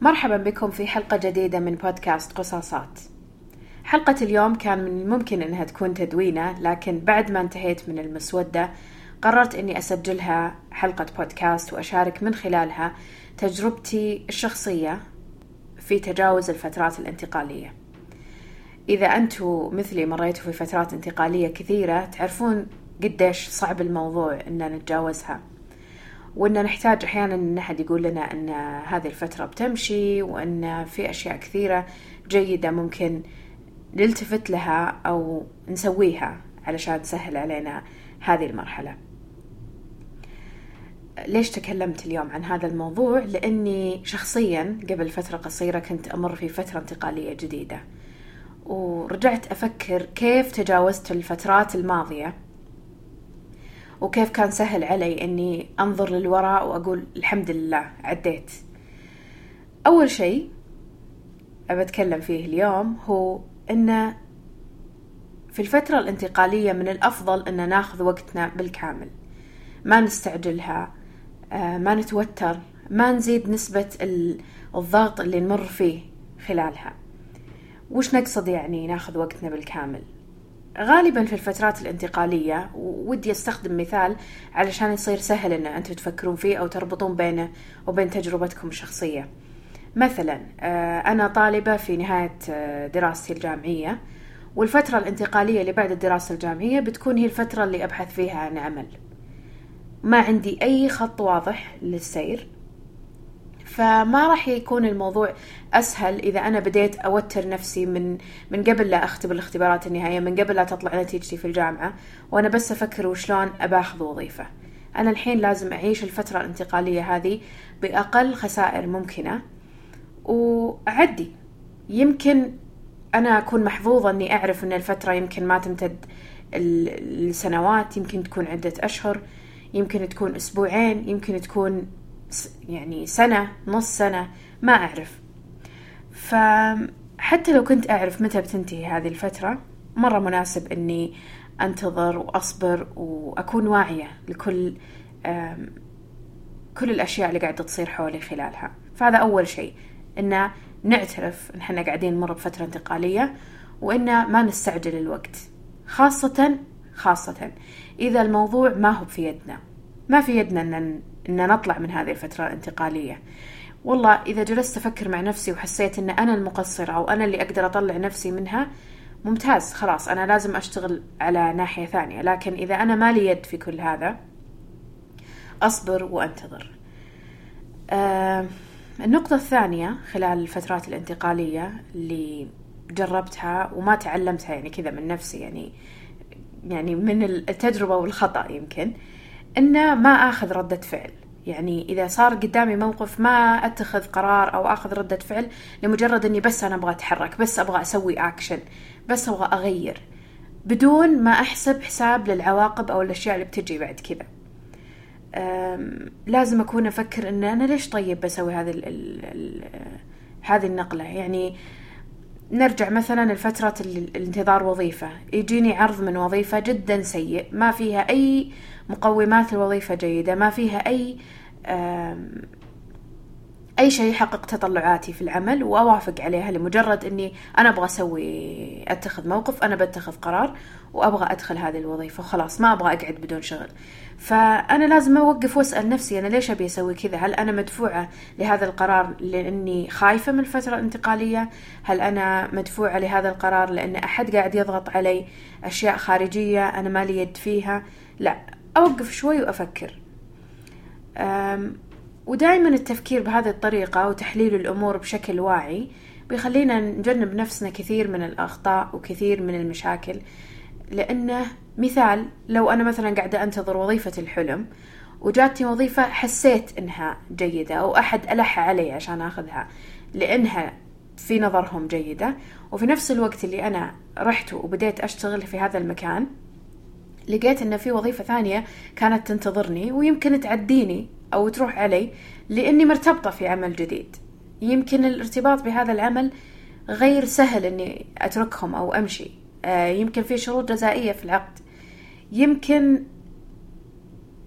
مرحبا بكم في حلقة جديدة من بودكاست قصاصات. حلقة اليوم كان من الممكن أنها تكون تدوينة، لكن بعد ما انتهيت من المسودة قررت أني أسجلها حلقة بودكاست وأشارك من خلالها تجربتي الشخصية في تجاوز الفترات الانتقالية. إذا أنتوا مثلي مريتوا في فترات انتقالية كثيرة تعرفون قديش صعب الموضوع أننا نتجاوزها، وأن نحتاج أحيانا أن أحد يقول لنا أن هذه الفترة بتمشي وأن في أشياء كثيرة جيدة ممكن نلتفت لها أو نسويها علشان تسهل علينا هذه المرحلة. ليش تكلمت اليوم عن هذا الموضوع؟ لأني شخصيا قبل فترة قصيرة كنت أمر في فترة انتقالية جديدة، ورجعت أفكر كيف تجاوزت الفترات الماضية وكيف كان سهل علي أني أنظر للوراء وأقول الحمد لله عديت. أول شيء أبى أتكلم فيه اليوم هو أن في الفترة الانتقالية من الأفضل أن ناخذ وقتنا بالكامل، ما نستعجلها، ما نتوتر، ما نزيد نسبة الضغط اللي نمر فيه خلالها. وش نقصد يعني ناخذ وقتنا بالكامل؟ غالبا في الفترات الانتقالية، ودي استخدم مثال علشان يصير سهل ان انتم تفكرون فيه او تربطون بينه وبين تجربتكم الشخصية. مثلا انا طالبة في نهاية دراستي الجامعية، والفترة الانتقالية اللي بعد الدراسة الجامعية بتكون هي الفترة اللي ابحث فيها عن عمل. ما عندي اي خط واضح للسير، فما راح يكون الموضوع أسهل إذا أنا بديت أوتر نفسي من قبل لا أختبر الاختبارات النهائية، من قبل لا تطلع نتيجتي في الجامعة، وأنا بس أفكر وشلون أباخذ وظيفة. أنا الحين لازم أعيش الفترة الانتقالية هذه بأقل خسائر ممكنة وأعدي. يمكن أنا أكون محظوظة أني أعرف أن الفترة يمكن ما تمتد السنوات، يمكن تكون عدة أشهر، يمكن تكون أسبوعين، يمكن تكون يعني سنة، نص سنة، ما أعرف. فحتى لو كنت أعرف متى بتنتهي هذه الفترة، مرة مناسب أني أنتظر وأصبر وأكون واعية لكل كل الأشياء اللي قاعدة تصير حولي خلالها. فهذا أول شيء، إن نعترف إن إحنا قاعدين نمر بفترة انتقالية، وإن ما نستعجل الوقت، خاصة إذا الموضوع ما هو في يدنا. ما في يدنا إن نطلع من هذه الفترة الانتقالية. والله إذا جلست أفكر مع نفسي وحسيت إن أنا المقصرة أو أنا اللي أقدر أطلع نفسي منها، ممتاز، خلاص أنا لازم أشتغل على ناحية ثانية. لكن إذا أنا ما لي يد في كل هذا، أصبر وأنتظر. النقطة الثانية خلال الفترات الانتقالية اللي جربتها وما تعلمتها يعني كذا من نفسي، يعني من التجربة والخطأ، يمكن إنه ما أخذ ردة فعل. يعني إذا صار قدامي موقف ما أتخذ قرار أو أخذ ردة فعل لمجرد أني بس أنا أبغى أتحرك، بس أبغى أسوي أكشن، بس أبغى أغير، بدون ما أحسب حساب للعواقب أو الأشياء اللي بتجي بعد كذا. لازم أكون أفكر إن أنا ليش طيب بسوي هذه النقلة. يعني نرجع مثلا لفترة الانتظار وظيفة، يجيني عرض من وظيفة جدا سيء، ما فيها أي مقومات الوظيفة جيدة، ما فيها أي شيء يحقق تطلعاتي في العمل، وأوافق عليها لمجرد أني أنا أبغى أتخذ موقف، أنا بتخذ قرار وأبغى أدخل هذه الوظيفة وخلاص، ما أبغى أقعد بدون شغل. فأنا لازم أوقف وأسأل نفسي أنا ليش أبي أسوي كذا؟ هل أنا مدفوعة لهذا القرار لأني خايفة من الفترة الانتقالية؟ هل أنا مدفوعة لهذا القرار لأن أحد قاعد يضغط علي أشياء خارجية أنا ما لي يد فيها؟ لا، أوقف شوي وأفكر. ودائما التفكير بهذه الطريقة وتحليل الأمور بشكل واعي بيخلينا نجنب نفسنا كثير من الأخطاء وكثير من المشاكل. لأنه مثال، لو أنا مثلا قاعدة أنتظر وظيفة الحلم وجاتني وظيفة حسيت إنها جيدة أو أحد ألح علي عشان أخذها لأنها في نظرهم جيدة، وفي نفس الوقت اللي أنا رحت وبديت أشتغل في هذا المكان لقيت إن في وظيفة ثانية كانت تنتظرني ويمكن تعديني أو تروح علي لأني مرتبطة في عمل جديد، يمكن الارتباط بهذا العمل غير سهل إني أتركهم أو أمشي، يمكن في شروط جزائية في العقد، يمكن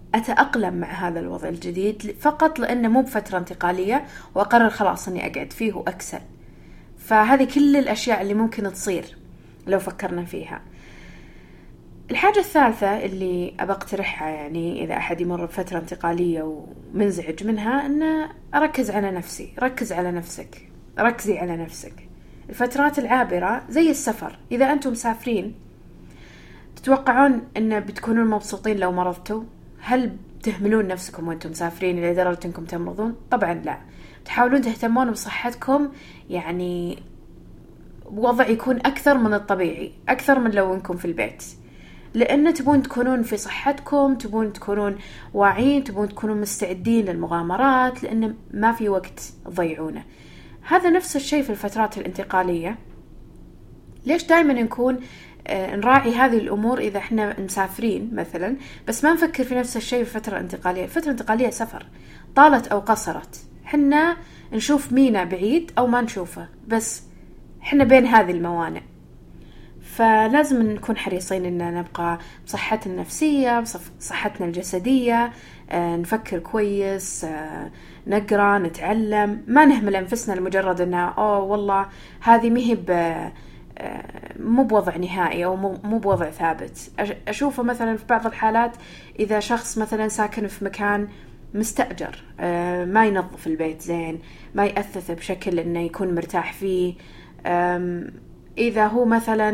أتأقلم مع هذا الوضع الجديد فقط لأنه مو بفترة انتقالية وأقرر خلاص أني أقعد فيه وأكسل. فهذه كل الأشياء اللي ممكن تصير لو فكرنا فيها. الحاجة الثالثة اللي أبى أقترحها يعني إذا أحد يمر بفترة انتقالية ومنزعج منها، أن أركز على نفسي. ركز على نفسك، ركزي على نفسك. الفترات العابرة زي السفر، إذا أنتم مسافرين تتوقعون أن بتكونون مبسوطين لو مرضتوا؟ هل تهملون نفسكم وأنتم مسافرين إلى درجة أنكم تمرضون؟ طبعا لا. تحاولون تهتمون بصحتكم يعني بوضع يكون أكثر من الطبيعي، أكثر من لو أنكم في البيت، لأن تبون تكونون في صحتكم، تبون تكونون واعين، تبون تكونون مستعدين للمغامرات، لأن ما في وقت تضيعونه. هذا نفس الشيء في الفترات الانتقالية. ليش دائما نكون نراعي هذه الأمور إذا إحنا مسافرين مثلا، بس ما نفكر في نفس الشيء في الفترة الانتقالية؟ الفترة الانتقالية سفر، طالت أو قصرت، حنا نشوف مينا بعيد أو ما نشوفه، بس حنا بين هذه الموانئ. فلازم نكون حريصين إن نبقى بصحتنا النفسية، بصحتنا الجسدية، نفكر كويس، نقرأ، نتعلم، ما نهمل أنفسنا لمجرد أنها والله هذه مهب مو بوضع نهائي أو مو بوضع ثابت. أشوفه مثلا في بعض الحالات إذا شخص مثلا ساكن في مكان مستأجر، ما ينظف البيت زين، ما يأثث بشكل أنه يكون مرتاح فيه، إذا هو مثلا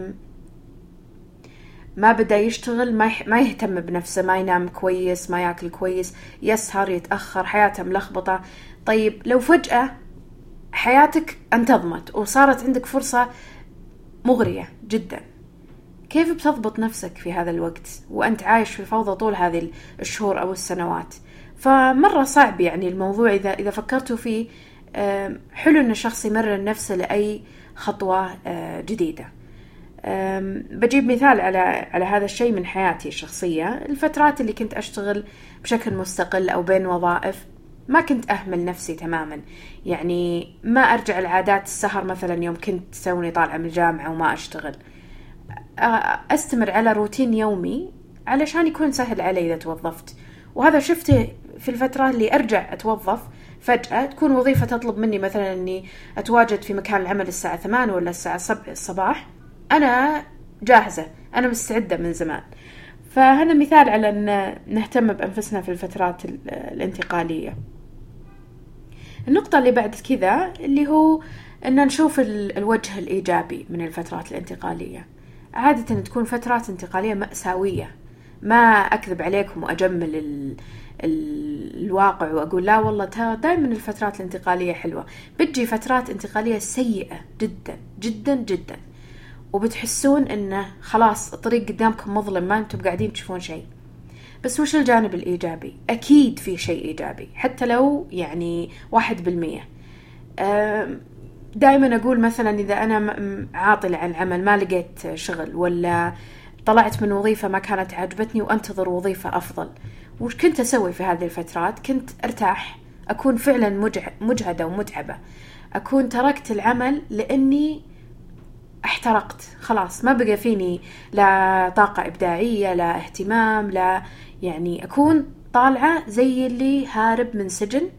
ما بدأ يشتغل، ما يهتم بنفسه، ما ينام كويس، ما يأكل كويس، يسهر، يتأخر، حياته ملخبطة. طيب لو فجأة حياتك انتظمت وصارت عندك فرصة مغرية جدا، كيف بتضبط نفسك في هذا الوقت وأنت عايش في فوضى طول هذه الشهور أو السنوات؟ فمرة صعب يعني الموضوع إذا فكرتوا فيه. حلو أن الشخص يمرن نفسه لأي خطوة جديدة. بجيب مثال على هذا الشيء من حياتي الشخصية. الفترات اللي كنت أشتغل بشكل مستقل أو بين وظائف، ما كنت أهمل نفسي تماما، يعني ما أرجع لعادات السهر مثلا يوم كنت توني طالعة من الجامعة وما أشتغل. أستمر على روتين يومي علشان يكون سهل علي إذا توظفت. وهذا شفته في الفترة اللي أرجع أتوظف فجأة، تكون وظيفة تطلب مني مثلا أني أتواجد في مكان العمل الساعة 8 ولا الساعة 7 الصباح، أنا جاهزة، أنا مستعدة من زمان. فهذا مثال على أن نهتم بأنفسنا في الفترات الانتقالية. النقطة اللي بعد كذا اللي هو أن نشوف الوجه الإيجابي من الفترات الانتقالية. عادة تكون فترات انتقالية مأساوية، ما أكذب عليكم وأجمل الواقع وأقول لا والله دائما الفترات الانتقالية حلوة. بتجي فترات انتقالية سيئة جدا جدا جدا، وبتحسون إنه خلاص الطريق قدامكم مظلم، ما أنتم قاعدين تشوفون شيء. بس وش الجانب الإيجابي؟ أكيد في شيء إيجابي حتى لو يعني 1%. دائما أقول مثلا إذا أنا عاطلة عن العمل، ما لقيت شغل، ولا طلعت من وظيفة ما كانت عاجبتني وأنتظر وظيفة أفضل، وش كنت أسوي في هذه الفترات؟ كنت أرتاح، أكون فعلا مجهدة ومتعبة، أكون تركت العمل لأني احترقت، خلاص ما بقى فيني لا طاقة إبداعية، لا اهتمام، لا يعني أكون طالعة زي اللي هارب من سجن.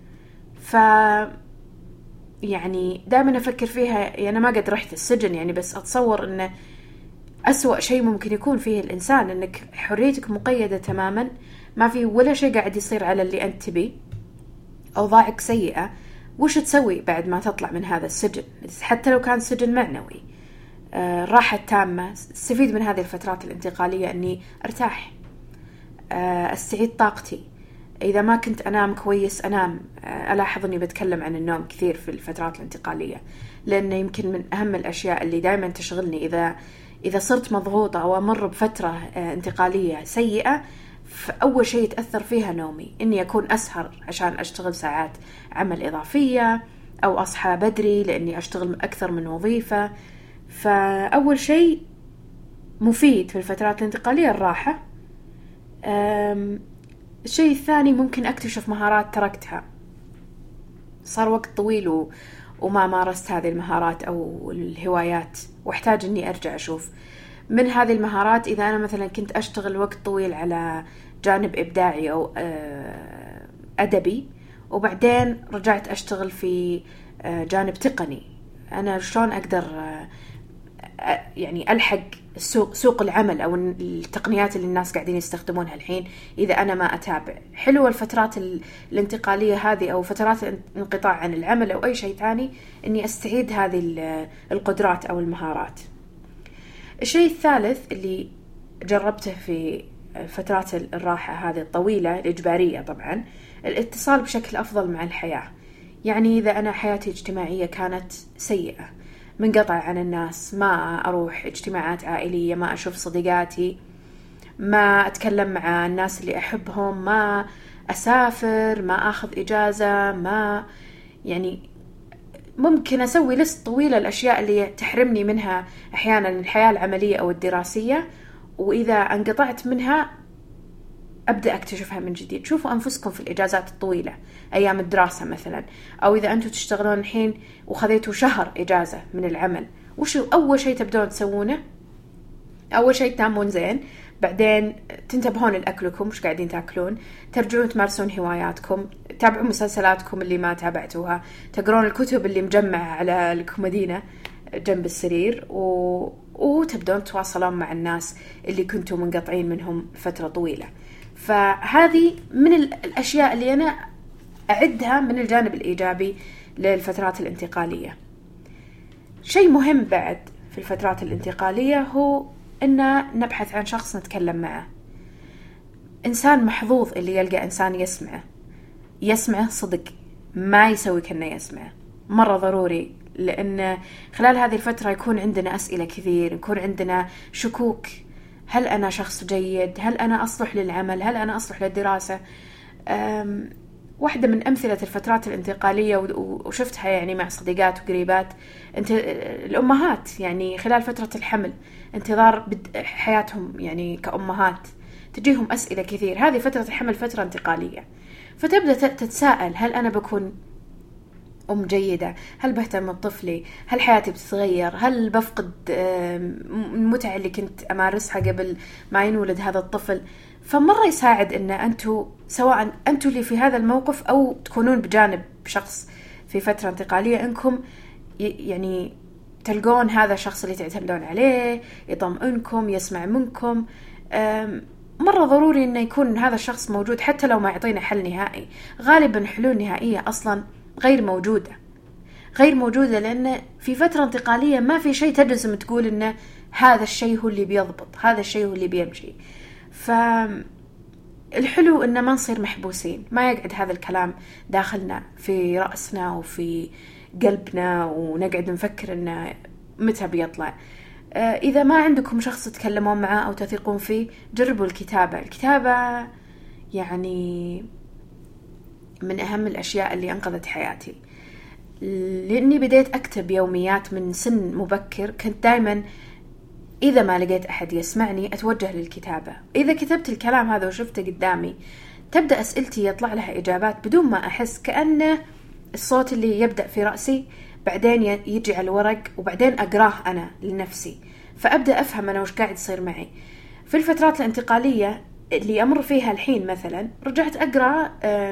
يعني دائما أفكر فيها، يعني أنا ما قد رحت السجن يعني، بس أتصور أنه أسوأ شيء ممكن يكون فيه الإنسان أنك حريتك مقيدة تماما، ما في ولا شيء قاعد يصير على اللي أنت تبي، أوضاعك سيئة. وش تسوي بعد ما تطلع من هذا السجن؟ حتى لو كان سجن معنوي، راحة تامة. استفيد من هذه الفترات الانتقالية أني أرتاح، أستعيد طاقتي. إذا ما كنت أنام كويس أنام. ألاحظ أني بتكلم عن النوم كثير في الفترات الانتقالية، لأنه يمكن من أهم الأشياء اللي دائما تشغلني. إذا صرت مضغوطة أو أمر بفترة انتقالية سيئة، فأول شيء يتأثر فيها نومي، إني أكون أسهر عشان أشتغل ساعات عمل إضافية، أو أصحى بدري لأني أشتغل أكثر من وظيفة. فأول شيء مفيد في الفترات الانتقالية الراحة. الشيء الثاني ممكن أكتشف مهارات تركتها، صار وقت طويل وما مارست هذه المهارات أو الهوايات، واحتاج أني أرجع أشوف من هذه المهارات. إذا أنا مثلا كنت أشتغل وقت طويل على جانب إبداعي أو أدبي، وبعدين رجعت أشتغل في جانب تقني. أنا شلون أقدر يعني ألحق سوق العمل أو التقنيات اللي الناس قاعدين يستخدمونها الحين إذا أنا ما أتابع. حلوة الفترات الانتقالية هذه أو فترات الانقطاع عن العمل أو أي شيء ثاني، إني أستعيد هذه القدرات أو المهارات. الشيء الثالث اللي جربته في فترات الراحة هذه الطويلة الإجبارية طبعا، الاتصال بشكل أفضل مع الحياة. يعني إذا أنا حياتي الاجتماعية كانت سيئة، منقطع عن الناس، ما أروح اجتماعات عائلية، ما أشوف صديقاتي، ما أتكلم مع الناس اللي أحبهم، ما أسافر، ما أخذ إجازة، ما يعني ممكن أسوي لست طويلة الأشياء اللي تحرمني منها أحيانا الحياة العملية أو الدراسية، وإذا انقطعت منها أبدأ أكتشفها من جديد. شوفوا أنفسكم في الإجازات الطويلة، أيام الدراسة مثلا، أو إذا أنتوا تشتغلون الحين وخذيتوا شهر إجازة من العمل، وشو أول شيء تبدون تسوونه؟ أول شيء تنامون زين، بعدين تنتبهون لأكلكم، وش قاعدين تأكلون، ترجعون تمارسون هواياتكم، تابعون مسلسلاتكم اللي ما تابعتوها، تقرون الكتب اللي مجمعة على الكومودينة جنب السرير، وتبدون تواصلون مع الناس اللي كنتوا منقطعين منهم فترة طويلة. فهذه من الأشياء اللي أنا أعدها من الجانب الإيجابي للفترات الانتقالية. شيء مهم بعد في الفترات الانتقالية هو أن نبحث عن شخص نتكلم معه. إنسان محظوظ اللي يلقى إنسان يسمعه صدق، ما يسوي كأنه يسمعه، مرة ضروري. لأن خلال هذه الفترة يكون عندنا أسئلة كثير، يكون عندنا شكوك، هل أنا شخص جيد؟ هل أنا أصلح للعمل؟ هل أنا أصلح للدراسة؟ واحدة من أمثلة الفترات الانتقالية وشفتها يعني مع صديقات وقريبات، الأمهات يعني خلال فترة الحمل، انتظار حياتهم يعني كأمهات، تجيهم أسئلة كثير. هذه فترة الحمل فترة انتقالية، فتبدأ تتساءل هل أنا بكون أم جيدة؟ هل بهتم بطفلي؟ هل حياتي بتتغير؟ هل بفقد المتعة اللي كنت أمارسها قبل ما ينولد هذا الطفل؟ فمرة يساعد أن أنتوا سواء أنتوا اللي في هذا الموقف أو تكونون بجانب شخص في فترة انتقالية، أنكم يعني تلقون هذا الشخص اللي تعتمدون عليه، يطمئنكم، يسمع منكم. مرة ضروري أنه يكون هذا الشخص موجود حتى لو ما يعطينا حل نهائي. غالبا حلول نهائية أصلا غير موجودة، لأن في فترة انتقالية ما في شيء تجزم تقول إنه هذا الشيء هو اللي بيضبط، هذا الشيء هو اللي بيمشي. فالحلو إن ما نصير محبوسين، ما يقعد هذا الكلام داخلنا في رأسنا وفي قلبنا ونقعد نفكر إنه متى بيطلع. إذا ما عندكم شخص تتكلمون معه أو تثقون فيه، جربوا الكتابة يعني من أهم الأشياء اللي أنقذت حياتي، لأني بديت أكتب يوميات من سن مبكر. كنت دايما إذا ما لقيت أحد يسمعني أتوجه للكتابة. إذا كتبت الكلام هذا وشفته قدامي، تبدأ أسئلتي يطلع لها إجابات بدون ما أحس، كأنه الصوت اللي يبدأ في رأسي بعدين يجي على الورق وبعدين أقراه أنا لنفسي، فأبدأ أفهم أنا وش قاعد يصير معي. في الفترات الانتقالية اللي أمر فيها الحين مثلا، رجعت أقرأ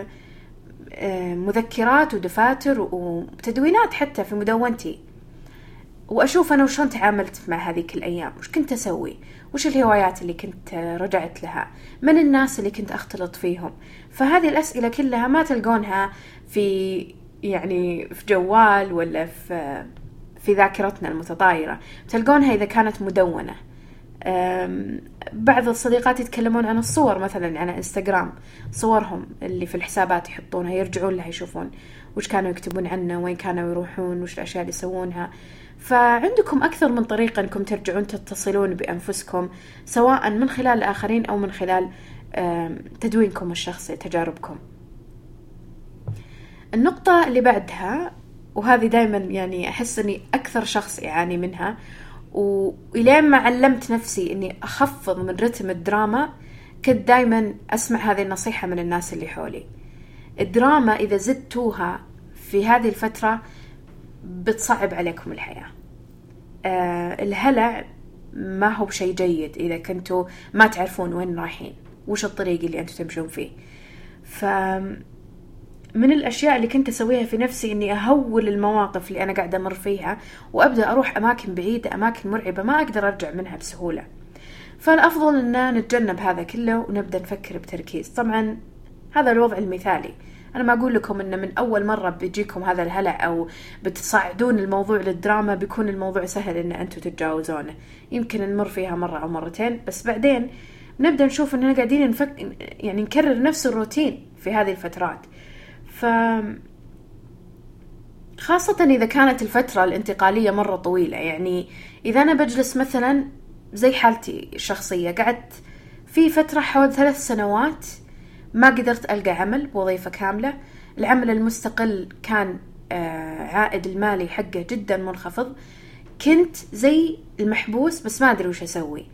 مذكرات ودفاتر وتدوينات حتى في مدونتي، وأشوف أنا وشون تعاملت مع هذيك الأيام، وش كنت أسوي، وش الهوايات اللي كنت رجعت لها، من الناس اللي كنت أختلط فيهم. فهذه الأسئلة كلها ما تلقونها في جوال ولا في ذاكرتنا المتطايرة، تلقونها إذا كانت مدونة. بعض الصديقات يتكلمون عن الصور مثلا على انستغرام، صورهم اللي في الحسابات يحطونها، يرجعون لها يشوفون وش كانوا يكتبون عنه، وين كانوا يروحون، وش الأشياء اللي يسوونها. فعندكم أكثر من طريقة أنكم ترجعون تتصلون بأنفسكم، سواء من خلال الآخرين أو من خلال تدوينكم الشخصي، تجاربكم. النقطة اللي بعدها، وهذه دايما يعني أحس أني أكثر شخص يعاني منها، وإلين ما علمت نفسي أني أخفض من رتم الدراما، كنت دايما أسمع هذه النصيحة من الناس اللي حولي: الدراما إذا زدتوها في هذه الفترة بتصعب عليكم الحياة. الهلع ما هو بشيء جيد إذا كنتوا ما تعرفون وين رايحين. وش الطريق اللي أنتوا تمشون فيه. من الأشياء اللي كنت أسويها في نفسي إني أهول المواقف اللي أنا قاعدة أمر فيها، وأبدأ أروح أماكن بعيدة، أماكن مرعبة ما أقدر أرجع منها بسهولة. فالأفضل إننا نتجنب هذا كله ونبدأ نفكر بتركيز. طبعا هذا الوضع المثالي، أنا ما أقول لكم إن من أول مرة بيجيكم هذا الهلع أو بتصعدون الموضوع للدراما بيكون الموضوع سهل إن أنتوا تتجاوزونه. يمكن نمر فيها مرة أو مرتين، بس بعدين نبدأ نشوف إننا قاعدين يعني نكرر نفس الروتين في هذه الفترات. خاصة إذا كانت الفترة الانتقالية مرة طويلة. يعني إذا أنا بجلس مثلا زي حالتي الشخصية، قعدت في فترة حوالي 3 سنوات ما قدرت ألقى عمل بوظيفة كاملة. العمل المستقل كان عائد المالي حقه جدا منخفض، كنت زي المحبوس بس ما أدري وش أسوي.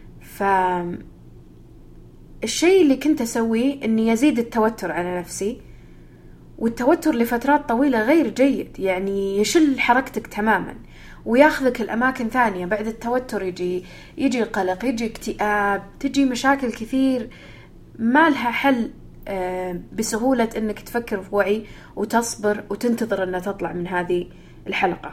الشيء اللي كنت أسويه إني يزيد التوتر على نفسي، والتوتر لفترات طويلة غير جيد، يعني يشل حركتك تماما وياخذك الأماكن ثانية. بعد التوتر يجي قلق، يجي اكتئاب، تجي مشاكل كثير ما لها حل بسهولة إنك تفكر في وعي وتصبر وتنتظر أن تطلع من هذه الحلقة.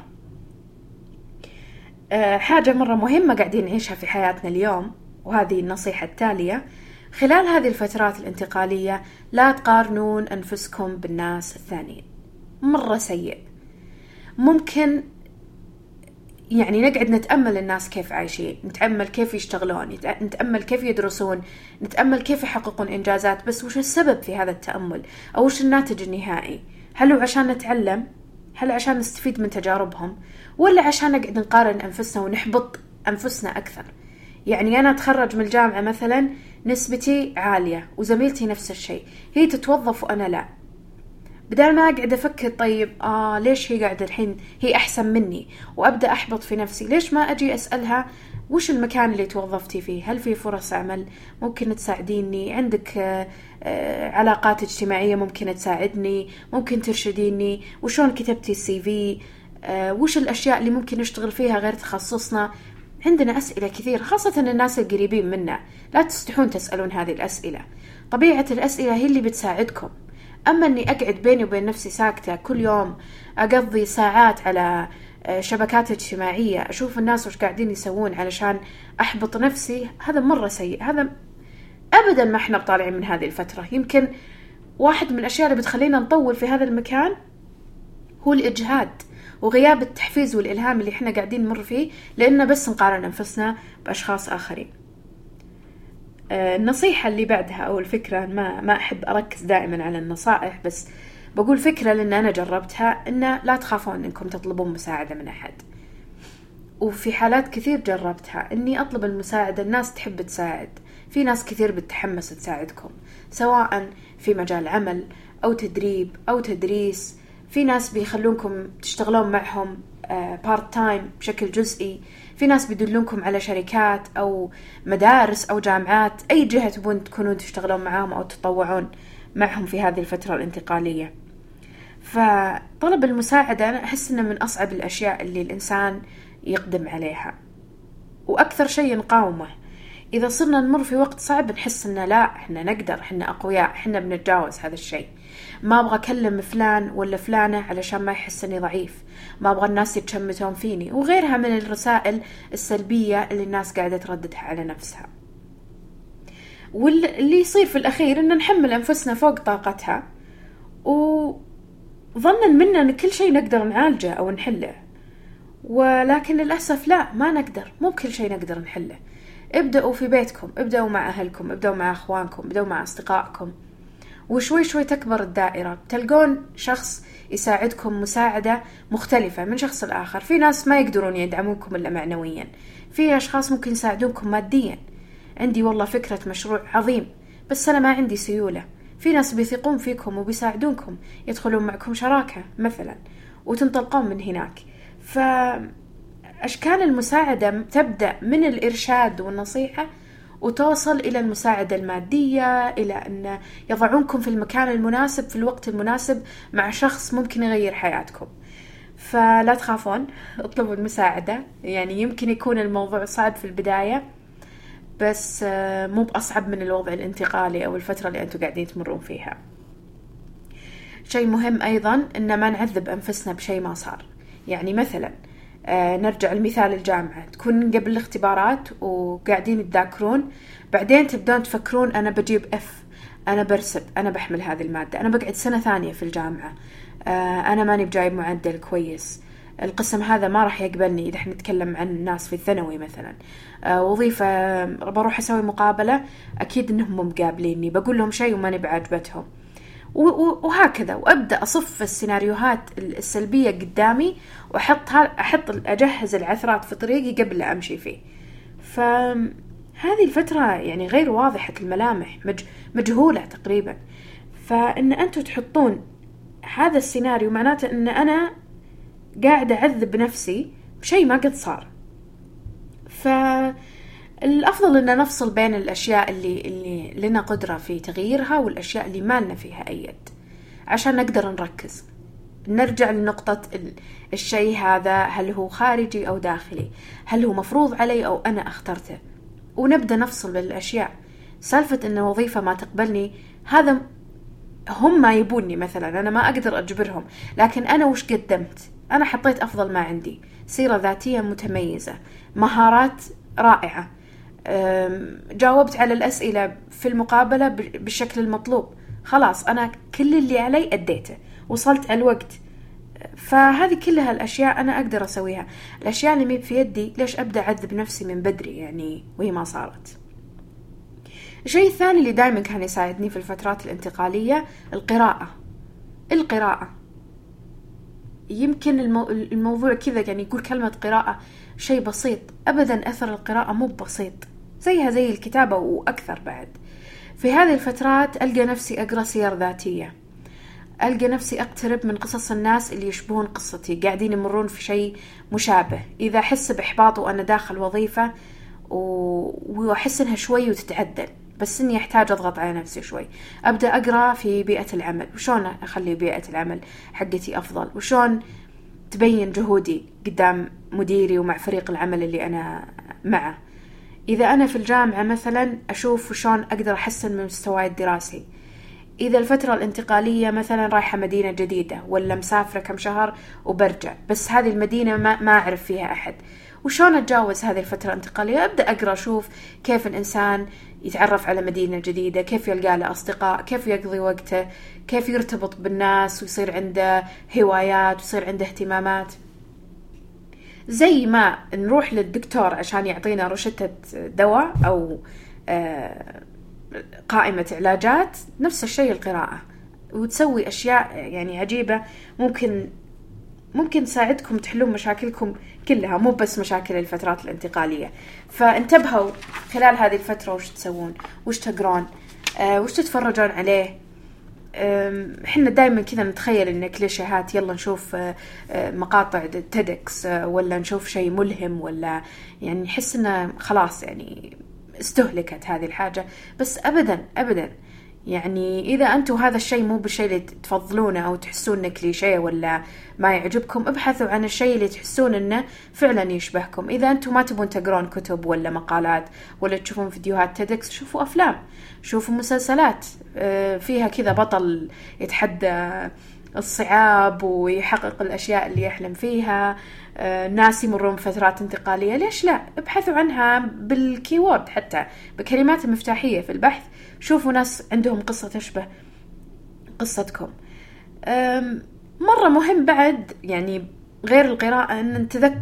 حاجة مرة مهمة قاعدين نعيشها في حياتنا اليوم، وهذه النصيحة التالية: خلال هذه الفترات الانتقالية لا تقارنون أنفسكم بالناس الثانيين. مرة سيء. ممكن يعني نقعد نتأمل الناس كيف عايشين، نتأمل كيف يشتغلون، نتأمل كيف يدرسون، نتأمل كيف يحققون إنجازات، بس وش السبب في هذا التأمل؟ أو وش الناتج النهائي؟ هل هو عشان نتعلم؟ هل عشان نستفيد من تجاربهم؟ ولا عشان نقعد نقارن أنفسنا ونحبط أنفسنا أكثر؟ يعني أنا أتخرج من الجامعة مثلا نسبتي عالية وزميلتي نفس الشيء، هي تتوظف وأنا لا. بدل ما أقعد أفكر طيب ليش هي قاعدة الحين هي أحسن مني وأبدأ أحبط في نفسي، ليش ما أجي أسألها وش المكان اللي توظفتي فيه؟ هل في فرص عمل ممكن تساعديني؟ عندك علاقات اجتماعية ممكن تساعدني؟ ممكن ترشديني؟ وشون كتبتي CV؟ وش الأشياء اللي ممكن نشتغل فيها غير تخصصنا؟ عندنا أسئلة كثير، خاصة الناس القريبين منا. لا تستحون تسألون هذه الأسئلة، طبيعة الأسئلة هي اللي بتساعدكم. أما أني أقعد بيني وبين نفسي ساكتة كل يوم، أقضي ساعات على شبكات اجتماعية أشوف الناس وش قاعدين يسوون علشان أحبط نفسي، هذا مرة سيء. هذا أبدا ما احنا بطالعين من هذه الفترة. يمكن واحد من الأشياء اللي بتخلينا نطول في هذا المكان هو الإجهاد وغياب التحفيز والإلهام اللي احنا قاعدين نمر فيه، لأننا بس نقارن أنفسنا بأشخاص آخرين. النصيحة اللي بعدها أو الفكرة، ما أحب أركز دائما على النصائح، بس بقول فكرة لأن أنا جربتها، إن لا تخافون إنكم تطلبون مساعدة من أحد. وفي حالات كثير جربتها إني أطلب المساعدة، الناس تحب تساعد، في ناس كثير بتحمس تساعدكم سواء في مجال عمل أو تدريب أو تدريس. في ناس بيخلونكم تشتغلون معهم بارت تايم بشكل جزئي، في ناس بيدلونكم على شركات أو مدارس أو جامعات، أي جهة تبون تكونون تشتغلون معهم أو تطوعون معهم في هذه الفترة الانتقالية. فطلب المساعدة أنا أحس إنه من أصعب الأشياء اللي الإنسان يقدم عليها، وأكثر شيء نقاومه. إذا صرنا نمر في وقت صعب نحس إنه لا، إحنا نقدر، إحنا أقوياء، إحنا بنتجاوز هذا الشيء. ما أبغى أكلم فلان ولا فلانة علشان ما يحس إني ضعيف، ما أبغى الناس يتشمتون فيني، وغيرها من الرسائل السلبية اللي الناس قاعدة ترددها على نفسها. واللي يصير في الأخير إن نحمل أنفسنا فوق طاقتها، وظنا منا إن كل شيء نقدر نعالجه أو نحله، ولكن للأسف لا، ما نقدر، مو بكل شيء نقدر نحله. ابدأوا في بيتكم، ابدأوا مع أهلكم، ابدأوا مع أخوانكم، ابدأوا مع أصدقائكم، وشوي شوي تكبر الدائرة، تلقون شخص يساعدكم مساعدة مختلفة من شخص الآخر. في ناس ما يقدرون يدعمونكم إلا معنويا، في أشخاص ممكن يساعدونكم ماديا. عندي والله فكرة مشروع عظيم بس أنا ما عندي سيولة، في ناس بيثقون فيكم وبيساعدونكم، يدخلون معكم شراكة مثلا وتنطلقون من هناك. فأشكال المساعدة تبدأ من الإرشاد والنصيحة وتوصل إلى المساعدة المادية، إلى أن يضعونكم في المكان المناسب في الوقت المناسب مع شخص ممكن يغير حياتكم. فلا تخافون، اطلبوا المساعدة. يعني يمكن يكون الموضوع صعب في البداية، بس مو بأصعب من الوضع الانتقالي أو الفترة اللي أنتوا قاعدين تمرون فيها. شيء مهم أيضا إن ما نعذب أنفسنا بشيء ما صار. يعني مثلا نرجع لمثال الجامعة، تكون قبل الاختبارات وقاعدين تذاكرون، بعدين تبدون تفكرون أنا بجيب F، أنا برسب، أنا بحمل هذه المادة، أنا بقعد سنة ثانية في الجامعة، أنا ماني بجايب معدل كويس، القسم هذا ما راح يقبلني. إذا احنا نتكلم عن الناس في الثانوي مثلا، وظيفة بروح أسوي مقابلة، أكيد إنهم مو مقابليني، بقول لهم شيء وماني بعجبتهم، وهكذا. وأبدأ أصف السيناريوهات السلبية قدامي أجهز العثرات في طريقي قبل لا أمشي فيه. فهذه الفترة يعني غير واضحة الملامح، مجهولة تقريبا. فإن أنتوا تحطون هذا السيناريو معناته إن أنا قاعدة أعذب نفسي بشيء ما قد صار. فالأفضل إن نفصل بين الأشياء اللي لنا قدرة في تغييرها والأشياء اللي ما لنا فيها أيد، عشان نقدر نركز، نرجع لنقطة الشيء هذا هل هو خارجي أو داخلي، هل هو مفروض علي أو أنا اخترته، ونبدأ نفصل بالأشياء. سالفة إن وظيفة ما تقبلني، هذا هم ما يبوني مثلا، أنا ما أقدر أجبرهم، لكن أنا وش قدمت؟ أنا حطيت أفضل ما عندي، سيرة ذاتية متميزة، مهارات رائعة، جاوبت على الأسئلة في المقابلة بالشكل المطلوب، خلاص أنا كل اللي علي أديته، وصلت على الوقت. فهذه كلها الأشياء أنا أقدر أسويها. الأشياء اللي مي في يدي ليش أبدأ أعذب نفسي من بدري يعني وهي ما صارت؟ الشيء الثاني اللي دائما كان يساعدني في الفترات الانتقالية القراءة. يمكن الموضوع كذا يعني يقول كلمة قراءة شيء بسيط، أبدا أثر القراءة مو بسيط، زيها زي الكتابة وأكثر بعد. في هذه الفترات ألقى نفسي أقرأ سير ذاتية، ألقى نفسي أقترب من قصص الناس اللي يشبهون قصتي، قاعدين يمرون في شيء مشابه. إذا أحس بإحباط وأنا داخل وظيفة وأحس إنها شوي وتتعدل، بس إني أحتاج أضغط على نفسي شوي، أبدأ أقرأ في بيئة العمل، وشون أخلي بيئة العمل حقتي أفضل، وشون تبين جهودي قدام مديري ومع فريق العمل اللي أنا معه. إذا أنا في الجامعة مثلا أشوف وشون أقدر أحسن من مستواي الدراسي. إذا الفترة الانتقالية مثلا رايحة مدينة جديدة ولا مسافرة كم شهر وبرجع، بس هذه المدينة ما أعرف فيها أحد، وشون أتجاوز هذه الفترة الانتقالية. أبدأ أقرأ أشوف كيف الإنسان يتعرف على مدينة جديدة، كيف يلقى له أصدقاء، كيف يقضي وقته، كيف يرتبط بالناس ويصير عنده هوايات ويصير عنده اهتمامات. زي ما نروح للدكتور عشان يعطينا روشتة دواء أو قائمة علاجات، نفس الشيء القراءة، وتسوي أشياء يعني عجيبة ممكن تساعدكم تحلون مشاكلكم كلها، مو بس مشاكل الفترات الانتقالية. فانتبهوا خلال هذه الفترة وش تسوون، وش تقرون، وش تتفرجون عليه. احنا دايما كذا نتخيل ان كليشيهات، يلا نشوف مقاطع تيدكس ولا نشوف شيء ملهم، ولا يعني نحس انه خلاص يعني استهلكت هذه الحاجة. بس أبدا يعني إذا أنتوا هذا الشيء مو بالشيء اللي تفضلونه أو تحسون إنه كليشيه ولا ما يعجبكم، ابحثوا عن الشيء اللي تحسون إنه فعلا يشبهكم. إذا أنتوا ما تبون تقرون كتب ولا مقالات ولا تشوفون فيديوهات تيدكس، شوفوا أفلام، شوفوا مسلسلات فيها كذا بطل يتحدى الصعاب ويحقق الأشياء اللي يحلم فيها. ناس يمرون بفترات انتقالية، ليش لا؟ ابحثوا عنها بالكيورد، حتى بكلمات مفتاحية في البحث، شوفوا ناس عندهم قصة تشبه قصتكم. مرة مهم بعد يعني غير القراءة أن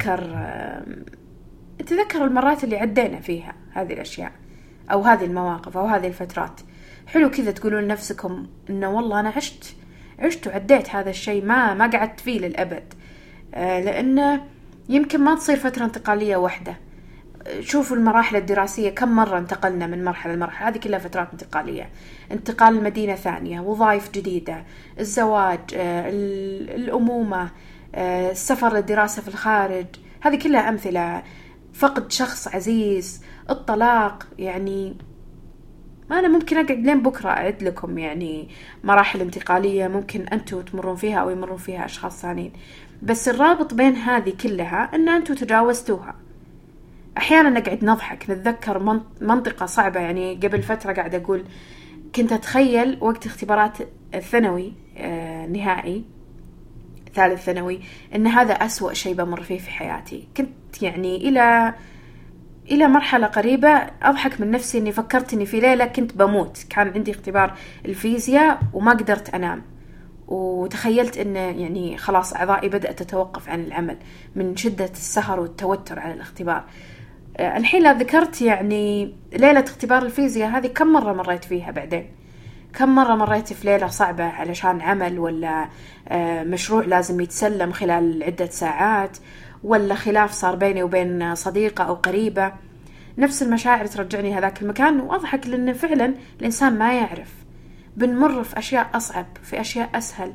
نتذكر المرات اللي عدينا فيها هذه الأشياء أو هذه المواقف أو هذه الفترات. حلو كذا تقولون لنفسكم إنه والله أنا عشت وعديت هذا الشيء، ما قعدت فيه للأبد. لأنه يمكن ما تصير فترة انتقالية واحدة. شوفوا المراحل الدراسية كم مرة انتقلنا من مرحلة لمرحلة، هذه كلها فترات انتقالية. انتقال لمدينة ثانية، وظائف جديدة، الزواج، الأمومة، السفر للدراسة في الخارج، هذه كلها أمثلة. فقد شخص عزيز، الطلاق. يعني ما أنا ممكن أقعد لين بكرة أعد لكم يعني مراحل انتقالية ممكن أنتوا تمرون فيها أو يمرون فيها أشخاص ثانيين، بس الرابط بين هذه كلها أن أنتوا تجاوزتوها. أحيانا نقعد نضحك، نتذكر منطقة صعبة. يعني قبل فترة قاعدة أقول كنت أتخيل وقت اختبارات الثانوي نهائي ثالث ثانوي إن هذا أسوأ شيء بمر فيه في حياتي. كنت يعني إلى مرحلة قريبة أضحك من نفسي إني فكرت إني في ليلة كنت بموت. كان عندي اختبار الفيزياء وما قدرت أنام، وتخيلت إن يعني خلاص أعضائي بدأت تتوقف عن العمل من شدة السهر والتوتر على الاختبار. الحين لا ذكرت يعني ليلة اختبار الفيزياء هذه كم مرة مريت فيها، بعدين كم مرة مريت في ليلة صعبة علشان عمل ولا مشروع لازم يتسلم خلال عدة ساعات، ولا خلاف صار بيني وبين صديقة أو قريبة. نفس المشاعر ترجعني هذاك المكان، وأضحك لأن فعلا الإنسان ما يعرف، بنمر في أشياء أصعب في أشياء أسهل،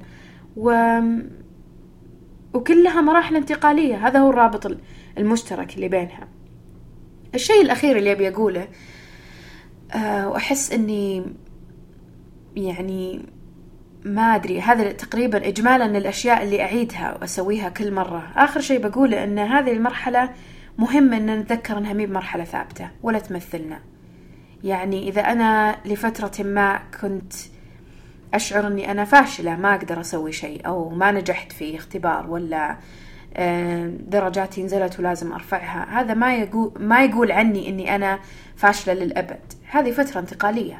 وكلها مراحل انتقالية. هذا هو الرابط المشترك اللي بينها. الشيء الأخير اللي أبي أقوله وأحس أني يعني ما أدري، هذا تقريبا إجمالا الأشياء اللي أعيدها وأسويها كل مرة. آخر شيء بقوله أن هذه المرحلة مهمة أن نتذكر أنها مي بمرحلة ثابتة ولا تمثلنا. يعني إذا أنا لفترة ما كنت أشعر أني أنا فاشلة، ما أقدر أسوي شيء، أو ما نجحت في اختبار، ولا درجاتي نزلت ولازم أرفعها، هذا ما يقول عني أني أنا فاشلة للأبد. هذه فترة انتقالية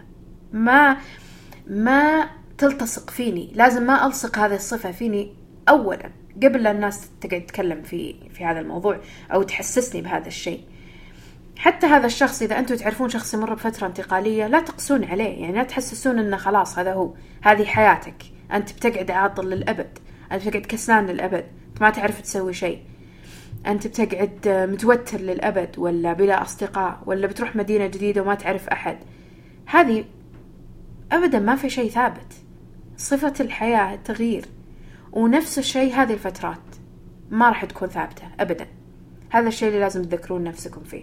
ما تلتصق فيني. لازم ما ألصق هذه الصفة فيني أولا قبل لا الناس تقعد تتكلم في هذا الموضوع أو تحسسني بهذا الشيء. حتى هذا الشخص إذا أنتم تعرفون شخص يمر بفترة انتقالية لا تقسون عليه، يعني لا تحسسون أنه خلاص هذه حياتك، أنت بتقعد عاطل للأبد، أنت بتقعد كسلان للأبد، أنت ما تعرف تسوي شيء، أنت بتقعد متوتر للأبد، ولا بلا أصدقاء، ولا بتروح مدينة جديدة وما تعرف أحد. هذه أبدا ما في شيء ثابت. صفة الحياة التغيير، ونفس الشيء هذه الفترات ما راح تكون ثابتة أبدا. هذا الشيء اللي لازم تذكرون نفسكم فيه.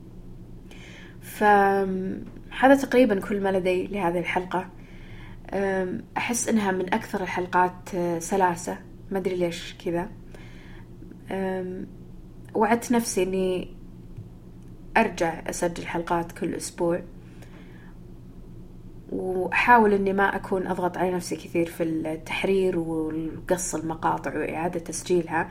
فهذا تقريبا كل ما لدي لهذه الحلقة. أحس إنها من أكثر الحلقات سلاسة، ما أدري ليش كذا. وعدت نفسي إني أرجع أسجل حلقات كل أسبوع، وأحاول إني ما أكون أضغط على نفسي كثير في التحرير والقص المقاطع وإعادة تسجيلها.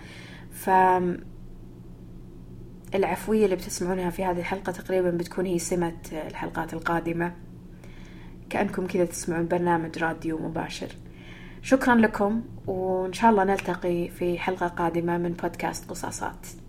العفوية اللي بتسمعونها في هذه الحلقة تقريبا بتكون هي سمة الحلقات القادمة، كأنكم كذا تسمعون برنامج راديو مباشر. شكرا لكم، وإن شاء الله نلتقي في حلقة قادمة من بودكاست قصاصات.